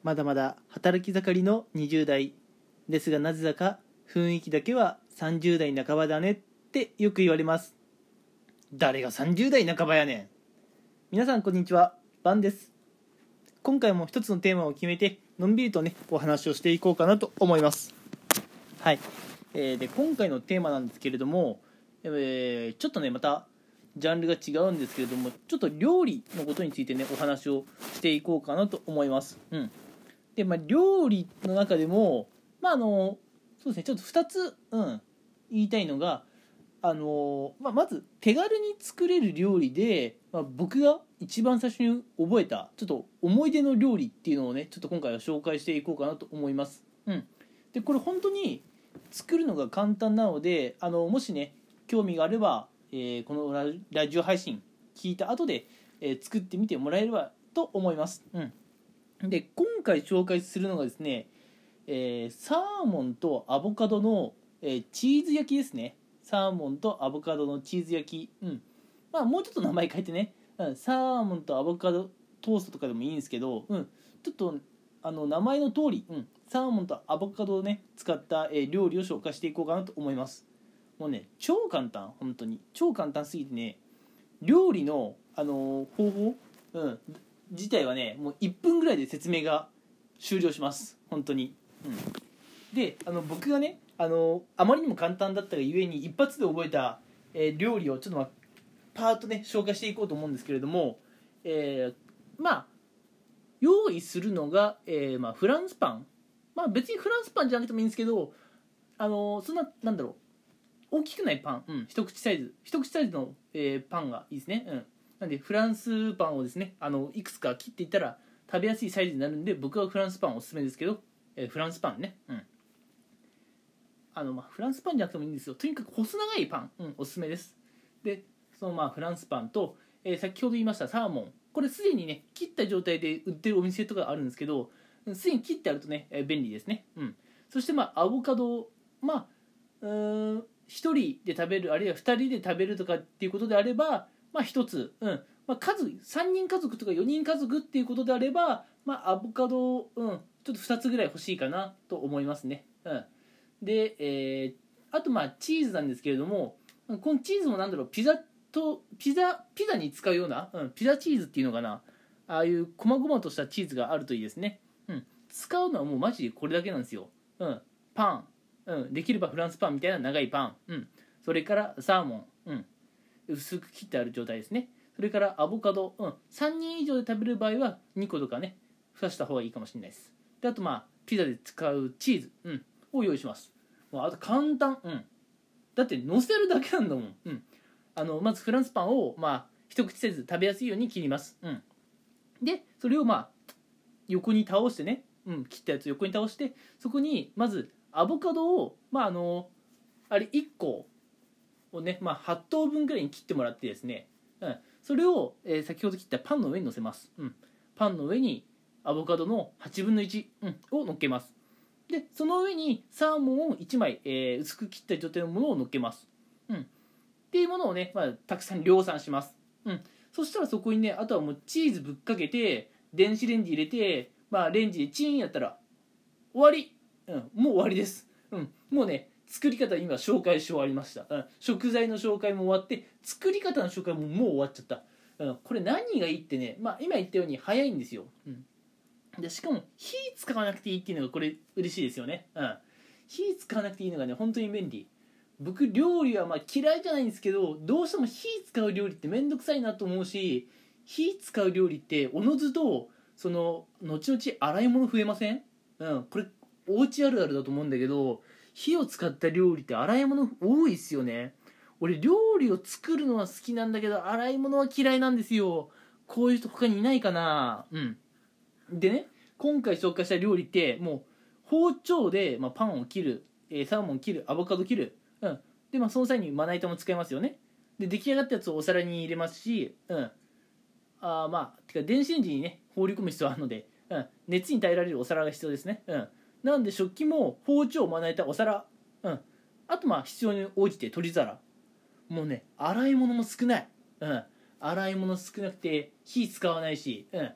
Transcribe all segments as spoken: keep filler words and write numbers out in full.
まだまだ働き盛りのにじゅう代ですが、なぜだか雰囲気だけはさんじゅう代半ばだねってよく言われます。誰がさんじゅう代半ばやねん。皆さんこんにちは、バンです。今回も一つのテーマを決めてのんびりとねお話をしていこうかなと思います。はい、えー、で今回のテーマなんですけれども、えー、ちょっとねまたジャンルが違うんですけれども、ちょっと料理のことについてねお話をしていこうかなと思います。うんでまあ、料理の中でも、まああのそうですね、ちょっとふたつ、うん、言いたいのが、あのまあ、まず手軽に作れる料理で、まあ、僕が一番最初に覚えたちょっと思い出の料理っていうのをねちょっと今回は紹介していこうかなと思います。うん、でこれ本当に作るのが簡単なので、あのもしね興味があれば、えー、このラ、ラジオ配信聞いた後で、えー、作ってみてもらえればと思います。うんで今回紹介するのがですね、えー、サーモンとアボカドの、えー、チーズ焼きですね。サーモンとアボカドのチーズ焼き、うんまあ、もうちょっと名前変えてね、うん、サーモンとアボカドトーストとかでもいいんですけど、うん、ちょっとあの名前の通り、うん、サーモンとアボカドをね使った、えー、料理を紹介していこうかなと思います。もうね超簡単、本当に超簡単すぎてね、料理の、あのー、方法、うん自体はねもういっぷんぐらいで説明が終了します本当に。うん、であの僕がねあのあまりにも簡単だったがゆえに一発で覚えた、えー、料理をちょっと、まあ、パーッとね紹介していこうと思うんですけれども、えー、まあ用意するのが、えーまあ、フランスパン、まあ別にフランスパンじゃなくてもいいんですけど、あのそんななんだろう大きくないパン、うん、一口サイズ一口サイズの、えー、パンがいいですね。うんなんでフランスパンをですねあのいくつか切っていったら食べやすいサイズになるんで、僕はフランスパンおすすめですけど、えー、フランスパンね、うんあのまあ、フランスパンじゃなくてもいいんですよ。とにかく細長いパン、うん、おすすめです。でそのまあフランスパンと、えー、先ほど言いましたサーモン、これすでにね切った状態で売ってるお店とかあるんですけど、すでに切ってあるとね、えー、便利ですね。うん、そしてまあアボカド、まあうーんひとりで食べるあるいはふたりで食べるとかっていうことであれば、まあ、ひとつ、うんまあ、数さんにん家族とかよにん家族っていうことであれば、まあ、アボカド、うん、ちょっとふたつぐらい欲しいかなと思いますね。うん、で、えー、あとまあチーズなんですけれども、このチーズもなんだろうピザとピザピザに使うような、うん、ピザチーズっていうのかな、ああいう細々としたチーズがあるといいですね。うん、使うのはもうマジでこれだけなんですよ。うん、パンうん、できればフランスパンみたいな長いパン、うん、それからサーモン、うん、薄く切ってある状態ですね。それからアボカド、うん、さんにん以上で食べる場合はにことかね増やした方がいいかもしれないです。であとまあピザで使うチーズ、うん、を用意します。あと簡単、うん、だって乗せるだけなんだもん。うん、あのまずフランスパンをまあ一口せず食べやすいように切ります。うん、でそれをまあ横に倒してね、うん、切ったやつを横に倒して、そこにまずアボカドをまああのあれいっこをね、まあ、はち等分ぐらいに切ってもらってですね、うん、それを、えー、先ほど切ったパンの上に乗せます。うん、パンの上にアボカドのはちぶんのいち、うん、を乗っけます。でその上にサーモンをいちまい、えー、薄く切った状態のものを乗っけます。うん、っていうものをね、まあ、たくさん量産します。うん、そしたらそこにねあとはもうチーズぶっかけて電子レンジ入れて、まあ、レンジでチーンやったら終わり、うん、もう終わりです。うん、もうね作り方今紹介し終わりました。うん、食材の紹介も終わって作り方の紹介ももう終わっちゃった。うん、これ何がいいってね、まあ、今言ったように早いんですよ。うん、でしかも火使わなくていいっていうのがこれ嬉しいですよね。うん、火使わなくていいのがね本当に便利。僕料理はまあ嫌いじゃないんですけど、どうしても火使う料理ってめんどくさいなと思うし、火使う料理っておのずとその後々洗い物増えません？うん、これお家あるあるだと思うんだけど、火を使った料理って洗い物多いっすよね。俺料理を作るのは好きなんだけど洗い物は嫌いなんですよ。こういう人他にいないかな。うんでね今回紹介した料理ってもう包丁で、まあ、パンを切る、えー、サーモン切る、アボカド切る、うん、で、まあ、その際にまな板も使いますよね。で出来上がったやつをお皿に入れますし、うんあまあてか電子レンジにね放り込む必要あるので、うん、熱に耐えられるお皿が必要ですね。うんなので食器も包丁、まな板、お皿、うん、あとまあ必要に応じて取り皿、もうね洗い物も少ない、うん、洗い物少なくて火使わないし、うん、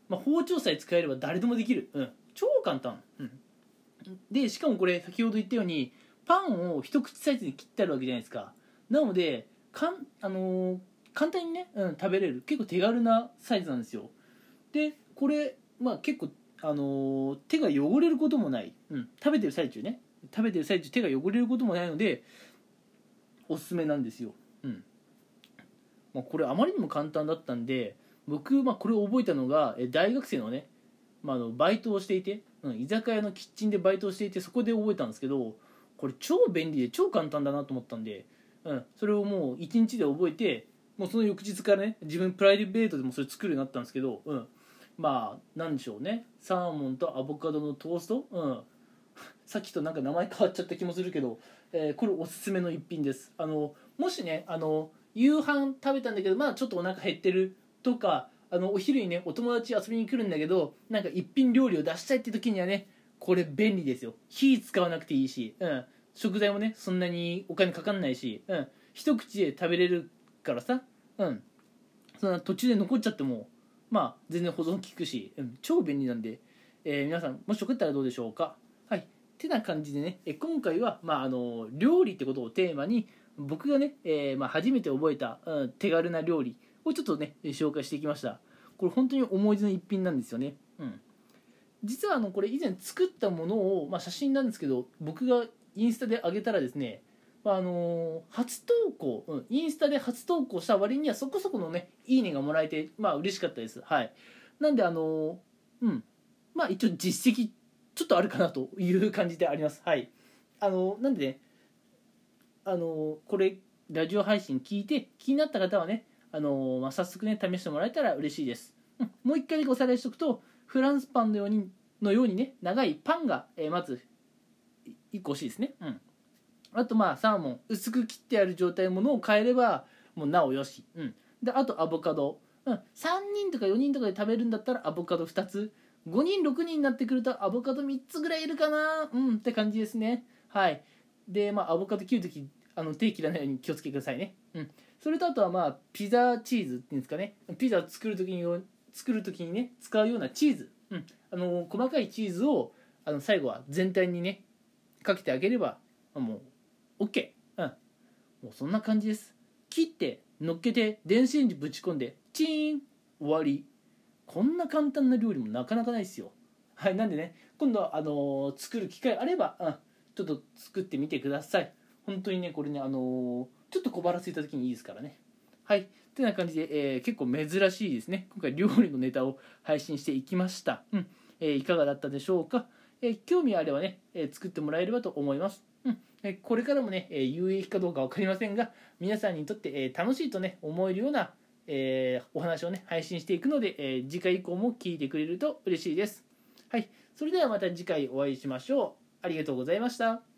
まあ、包丁さえ使えれば誰でもできる、うん、超簡単、うん、でしかもこれ先ほど言ったようにパンを一口サイズに切ってあるわけじゃないですか。なのでかん、あのー、簡単にね、うん、食べれる結構手軽なサイズなんですよ。でこれ、まあ、結構、あのー、手が汚れることもない、うん、食べてる最中ね食べてる最中手が汚れることもないのでおすすめなんですよ、うんまあ、これあまりにも簡単だったんで僕、まあ、これを覚えたのが大学生のね、まあ、あのバイトをしていて、うん、居酒屋のキッチンでバイトをしていてそこで覚えたんですけど、これ超便利で超簡単だなと思ったんで、うん、それをもういちにちで覚えて、もうその翌日からね自分プライベートでもそれ作るようになったんですけど、うん、まあなんでしょうね、サーモンとアボカドのトースト、うん、さっきとなんか名前変わっちゃった気もするけど、えー、これおすすめの一品です。あのもしねあの夕飯食べたんだけどまあちょっとお腹減ってるとか、あのお昼にねお友達遊びに来るんだけどなんか一品料理を出したいって時にはねこれ便利ですよ。火使わなくていいし、うん、食材もねそんなにお金かかんないし、うん、一口で食べれるからさ、うん、そんな途中で残っちゃってもまあ全然保存効くし、うん、超便利なんで、えー、皆さんもしよかったらどうでしょうか。はいってな感じでね、え今回は、まあ、あの料理ってことをテーマに僕がね、えーまあ、初めて覚えた、うん、手軽な料理をちょっとね紹介していきました。これ本当に思い出の一品なんですよね。うん、実はあのこれ以前作ったものを、まあ、写真なんですけど僕がインスタで上げたらですね、まああの初投稿、うん、インスタで初投稿した割にはそこそこのねいいねがもらえて、まあ嬉しかったです。はい。なんであのうんまあ一応実績ちょっとあるかなという感じであります。はい。あのなんでね、あのこれラジオ配信聞いて気になった方はね、あのまあ、早速ね試してもらえたら嬉しいです。うん、もう一回おさらいしておくと、フランスパンのようにのようにね長いパンが、えー、まずいっこ欲しいですね。うん。あとまあサーモン薄く切ってある状態のものを変えればもうなおよし。うん。であとアボカド。うん。さんにんとかよにんとかで食べるんだったらアボカドふたつ。ごにんろくにんになってくるとアボカドみっつぐらいいるかな、うんって感じですね。はい。でまあアボカド切るときあの手切らないように気をつけてくださいね。うん。それとあとはまあピザチーズっていうんですかね、ピザを作るときに作るときにね使うようなチーズ、うん、あの細かいチーズをあの最後は全体にねかけてあげればもう OK、うん、もうそんな感じです。切って乗っけて電子レンジぶち込んでチーン終わり。こんな簡単な料理もなかなかないですよ。はい。なんでね今度はあのー作る機会あれば、うん、ちょっと作ってみてください。本当にねこれねあのーちょっと小腹空いた時にいいですからね。はいってな感じで、えー、結構珍しいですね。今回料理のネタを配信していきました。うん、えー、いかがだったでしょうか。えー、興味あればね、えー、作ってもらえればと思います。うん、えー、これからもね、えー、有益かどうか分かりませんが皆さんにとって、えー、楽しいとね思えるような、えー、お話をね配信していくので、えー、次回以降も聞いてくれると嬉しいです。はい、それではまた次回お会いしましょう。ありがとうございました。